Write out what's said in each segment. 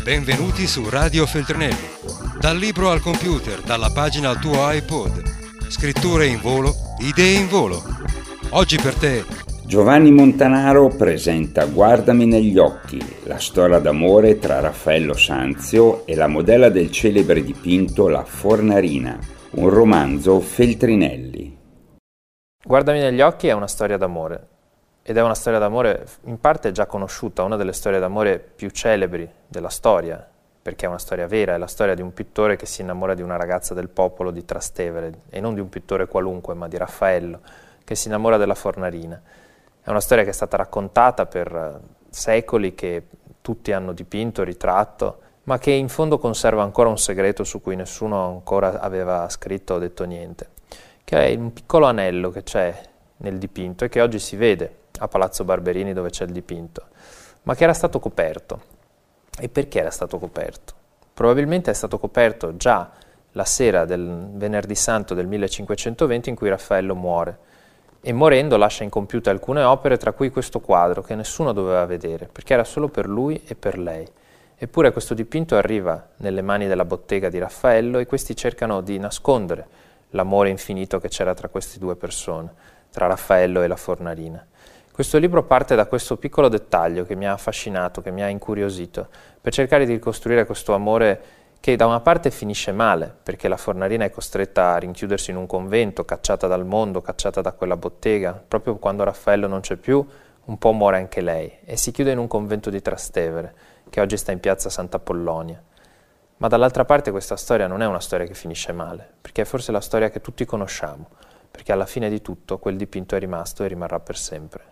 Benvenuti su Radio Feltrinelli. Dal libro al computer, dalla pagina al tuo iPod. Scritture in volo, idee in volo. Oggi per te Giovanni Montanaro presenta Guardami negli occhi, la storia d'amore tra Raffaello Sanzio e la modella del celebre dipinto La Fornarina, un romanzo Feltrinelli. Guardami negli occhi è una storia d'amore, ed è una storia d'amore in parte già conosciuta, una delle storie d'amore più celebri della storia, perché è una storia vera, è la storia di un pittore che si innamora di una ragazza del popolo di Trastevere, e non di un pittore qualunque, ma di Raffaello, che si innamora della Fornarina. È una storia che è stata raccontata per secoli, che tutti hanno dipinto, ritratto, ma che in fondo conserva ancora un segreto su cui nessuno ancora aveva scritto o detto niente, che è un piccolo anello che c'è nel dipinto e che oggi si vede a Palazzo Barberini dove c'è il dipinto, ma che era stato coperto. E perché era stato coperto? Probabilmente è stato coperto già la sera del Venerdì Santo del 1520 in cui Raffaello muore, e morendo lascia incompiute alcune opere, tra cui questo quadro che nessuno doveva vedere, perché era solo per lui e per lei. Eppure questo dipinto arriva nelle mani della bottega di Raffaello e questi cercano di nascondere l'amore infinito che c'era tra queste due persone, tra Raffaello e la Fornarina. Questo libro parte da questo piccolo dettaglio che mi ha affascinato, che mi ha incuriosito, per cercare di ricostruire questo amore che da una parte finisce male, perché la Fornarina è costretta a rinchiudersi in un convento, cacciata dal mondo, cacciata da quella bottega. Proprio quando Raffaello non c'è più, un po' muore anche lei, e si chiude in un convento di Trastevere, che oggi sta in piazza Sant'Apollonia. Ma dall'altra parte questa storia non è una storia che finisce male, perché è forse la storia che tutti conosciamo, perché alla fine di tutto quel dipinto è rimasto e rimarrà per sempre.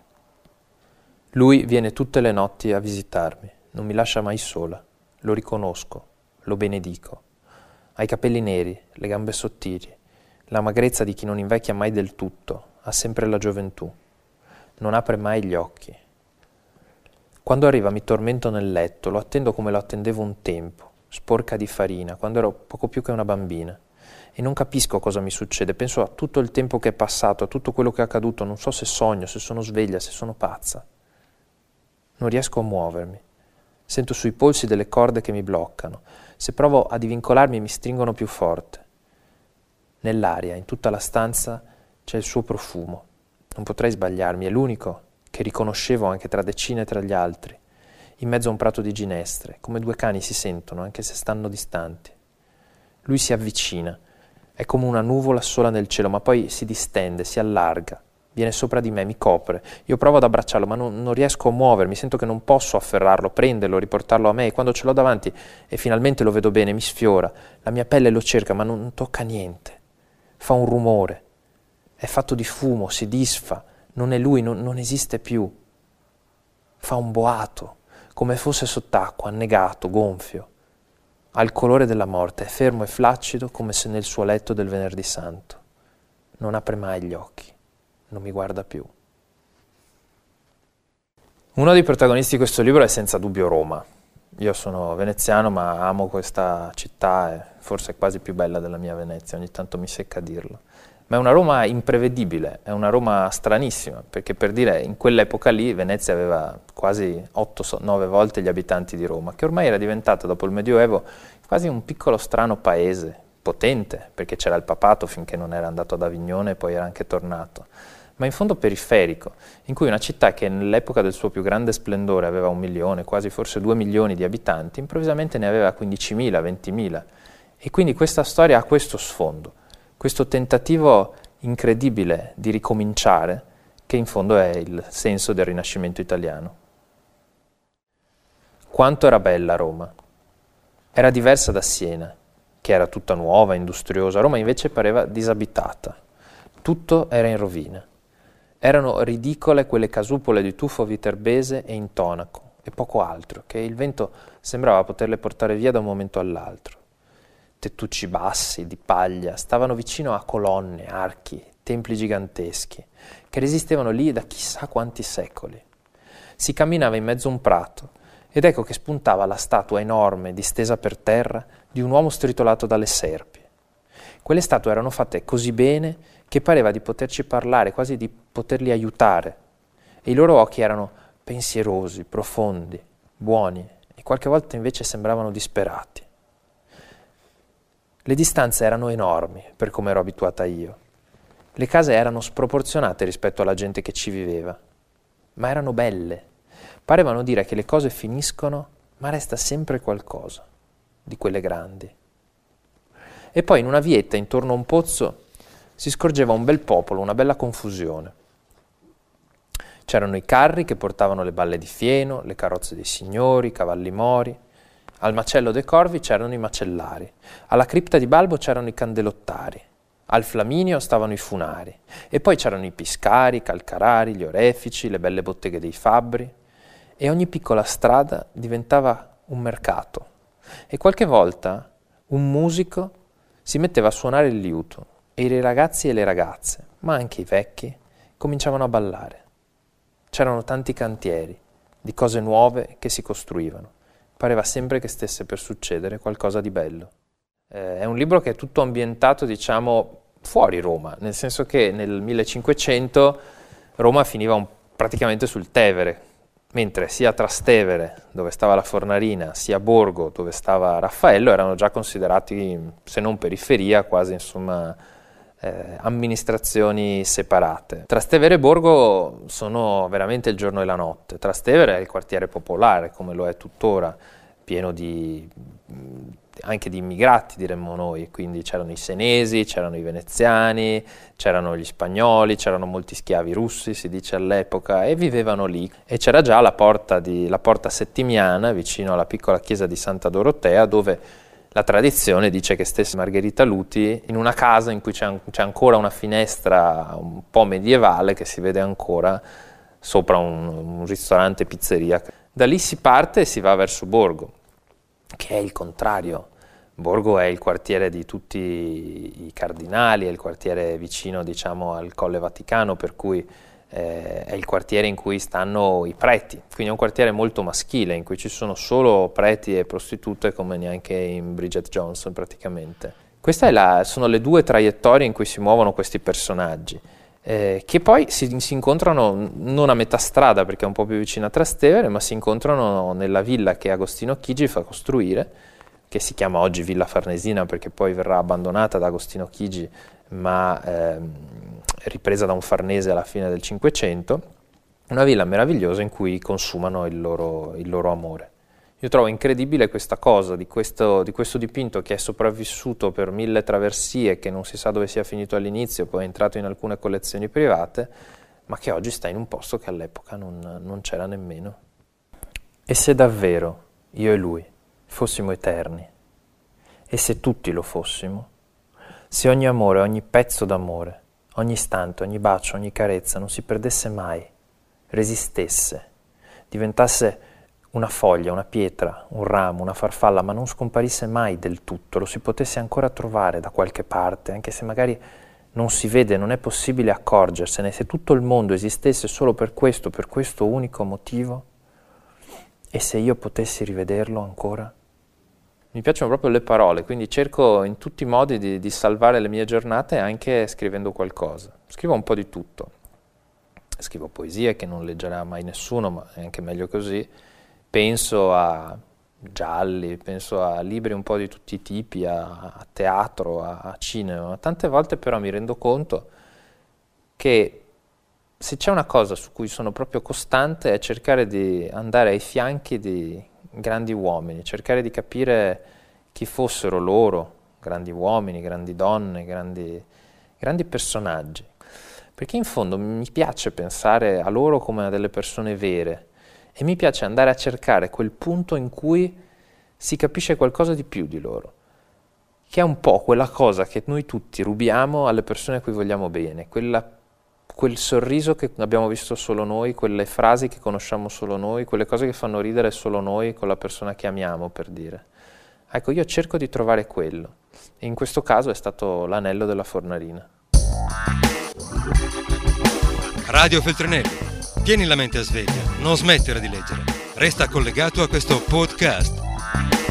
Lui viene tutte le notti a visitarmi, non mi lascia mai sola, lo riconosco, lo benedico. Ha i capelli neri, le gambe sottili, la magrezza di chi non invecchia mai del tutto, ha sempre la gioventù. Non apre mai gli occhi. Quando arriva mi tormento nel letto, lo attendo come lo attendevo un tempo, sporca di farina, quando ero poco più che una bambina. E non capisco cosa mi succede, penso a tutto il tempo che è passato, a tutto quello che è accaduto, non so se sogno, se sono sveglia, se sono pazza. Non riesco a muovermi. Sento sui polsi delle corde che mi bloccano. Se provo a divincolarmi mi stringono più forte. Nell'aria, in tutta la stanza, c'è il suo profumo. Non potrei sbagliarmi, è l'unico che riconoscevo anche tra decine tra gli altri. In mezzo a un prato di ginestre, come due cani si sentono anche se stanno distanti. Lui si avvicina, è come una nuvola sola nel cielo, ma poi si distende, si allarga. Viene sopra di me, mi copre. Io provo ad abbracciarlo, ma non riesco a muovermi. Sento che non posso afferrarlo, prenderlo, riportarlo a me. E quando ce l'ho davanti e finalmente lo vedo bene, mi sfiora. La mia pelle lo cerca, ma non tocca niente. Fa un rumore. È fatto di fumo, si disfa. Non è lui, non esiste più. Fa un boato, come fosse sott'acqua, annegato, gonfio. Ha il colore della morte, è fermo e flaccido come se nel suo letto del Venerdì Santo. Non apre mai gli occhi. Non mi guarda più. Uno dei protagonisti di questo libro è senza dubbio Roma. Io sono veneziano, ma amo questa città, è forse quasi più bella della mia Venezia, ogni tanto mi secca dirlo. Ma è una Roma imprevedibile, è una Roma stranissima, perché per dire, in quell'epoca lì Venezia aveva quasi 8-9 volte gli abitanti di Roma, che ormai era diventata, dopo il Medioevo, quasi un piccolo strano paese, potente, perché c'era il papato finché non era andato ad Avignone e poi era anche tornato, ma in fondo periferico, in cui una città che nell'epoca del suo più grande splendore aveva 1 milione, quasi forse 2 milioni di abitanti, improvvisamente ne aveva 15.000, 20.000. E quindi questa storia ha questo sfondo, questo tentativo incredibile di ricominciare, che in fondo è il senso del Rinascimento italiano. Quanto era bella Roma! Era diversa da Siena, che era tutta nuova, industriosa. Roma invece pareva disabitata. Tutto era in rovina. Erano ridicole quelle casupole di tufo viterbese e intonaco, e poco altro, che il vento sembrava poterle portare via da un momento all'altro. Tettucci bassi, di paglia, stavano vicino a colonne, archi, templi giganteschi, che resistevano lì da chissà quanti secoli. Si camminava in mezzo a un prato, ed ecco che spuntava la statua enorme, distesa per terra, di un uomo stritolato dalle serpi. Quelle statue erano fatte così bene che pareva di poterci parlare, quasi di poterli aiutare, e i loro occhi erano pensierosi, profondi, buoni, e qualche volta invece sembravano disperati. Le distanze erano enormi per come ero abituata io. Le case erano sproporzionate rispetto alla gente che ci viveva, ma erano belle. Parevano dire che le cose finiscono, ma resta sempre qualcosa di quelle grandi. E poi in una vietta intorno a un pozzo si scorgeva un bel popolo, una bella confusione. C'erano i carri che portavano le balle di fieno, le carrozze dei signori, i cavalli mori. Al macello dei corvi c'erano i macellari, alla cripta di Balbo c'erano i candelottari, al Flaminio stavano i funari, e poi c'erano i piscari, i calcarari, gli orefici, le belle botteghe dei fabbri, e ogni piccola strada diventava un mercato, e qualche volta un musico si metteva a suonare il liuto, e i ragazzi e le ragazze, ma anche i vecchi, cominciavano a ballare. C'erano tanti cantieri, di cose nuove che si costruivano. Pareva sempre che stesse per succedere qualcosa di bello. È un libro che è tutto ambientato, diciamo, fuori Roma, nel senso che nel 1500 Roma finiva praticamente sul Tevere, mentre sia Trastevere, dove stava la Fornarina, sia Borgo, dove stava Raffaello, erano già considerati, se non periferia, quasi insomma amministrazioni separate. Trastevere e Borgo sono veramente il giorno e la notte. Trastevere è il quartiere popolare, come lo è tuttora, pieno anche di immigrati, diremmo noi, quindi c'erano i senesi, c'erano i veneziani, c'erano gli spagnoli, c'erano molti schiavi russi, si dice all'epoca, e vivevano lì. E c'era già la porta Settimiana, vicino alla piccola chiesa di Santa Dorotea, dove la tradizione dice che stesse Margherita Luti in una casa in cui c'è ancora una finestra un po' medievale che si vede ancora sopra un ristorante pizzeria. Da lì si parte e si va verso Borgo, che è il contrario. Borgo è il quartiere di tutti i cardinali, è il quartiere vicino, diciamo, al Colle Vaticano, per cui è il quartiere in cui stanno i preti, quindi è un quartiere molto maschile in cui ci sono solo preti e prostitute, come neanche in Bridget Jones praticamente. Queste sono le due traiettorie in cui si muovono questi personaggi, che poi si incontrano non a metà strada perché è un po' più vicino a Trastevere, ma si incontrano nella villa che Agostino Chigi fa costruire, che si chiama oggi Villa Farnesina perché poi verrà abbandonata da Agostino Chigi, ma ripresa da un farnese alla fine del Cinquecento, una villa meravigliosa in cui consumano il loro amore. Io trovo incredibile questa cosa, di questo dipinto che è sopravvissuto per 1000 traversie, che non si sa dove sia finito all'inizio, poi è entrato in alcune collezioni private, ma che oggi sta in un posto che all'epoca non c'era nemmeno. E se davvero io e lui fossimo eterni, e se tutti lo fossimo, se ogni amore, ogni pezzo d'amore, ogni istante, ogni bacio, ogni carezza non si perdesse mai, resistesse, diventasse una foglia, una pietra, un ramo, una farfalla, ma non scomparisse mai del tutto, lo si potesse ancora trovare da qualche parte, anche se magari non si vede, non è possibile accorgersene, se tutto il mondo esistesse solo per questo unico motivo, e se io potessi rivederlo ancora? Mi piacciono proprio le parole, quindi cerco in tutti i modi di salvare le mie giornate anche scrivendo qualcosa. Scrivo un po' di tutto. Scrivo poesie che non leggerà mai nessuno, ma è anche meglio così. Penso a gialli, penso a libri un po' di tutti i tipi, a teatro, a cinema. Tante volte però mi rendo conto che se c'è una cosa su cui sono proprio costante è cercare di andare ai fianchi di grandi uomini, cercare di capire chi fossero loro, grandi uomini, grandi donne, grandi personaggi. Perché in fondo mi piace pensare a loro come a delle persone vere e mi piace andare a cercare quel punto in cui si capisce qualcosa di più di loro, che è un po' quella cosa che noi tutti rubiamo alle persone a cui vogliamo bene, quel sorriso che abbiamo visto solo noi, quelle frasi che conosciamo solo noi, quelle cose che fanno ridere solo noi con la persona che amiamo, per dire. Ecco, io cerco di trovare quello, e in questo caso è stato l'anello della Fornarina. Radio Feltrinelli, tieni la mente a sveglia, non smettere di leggere, resta collegato a questo podcast.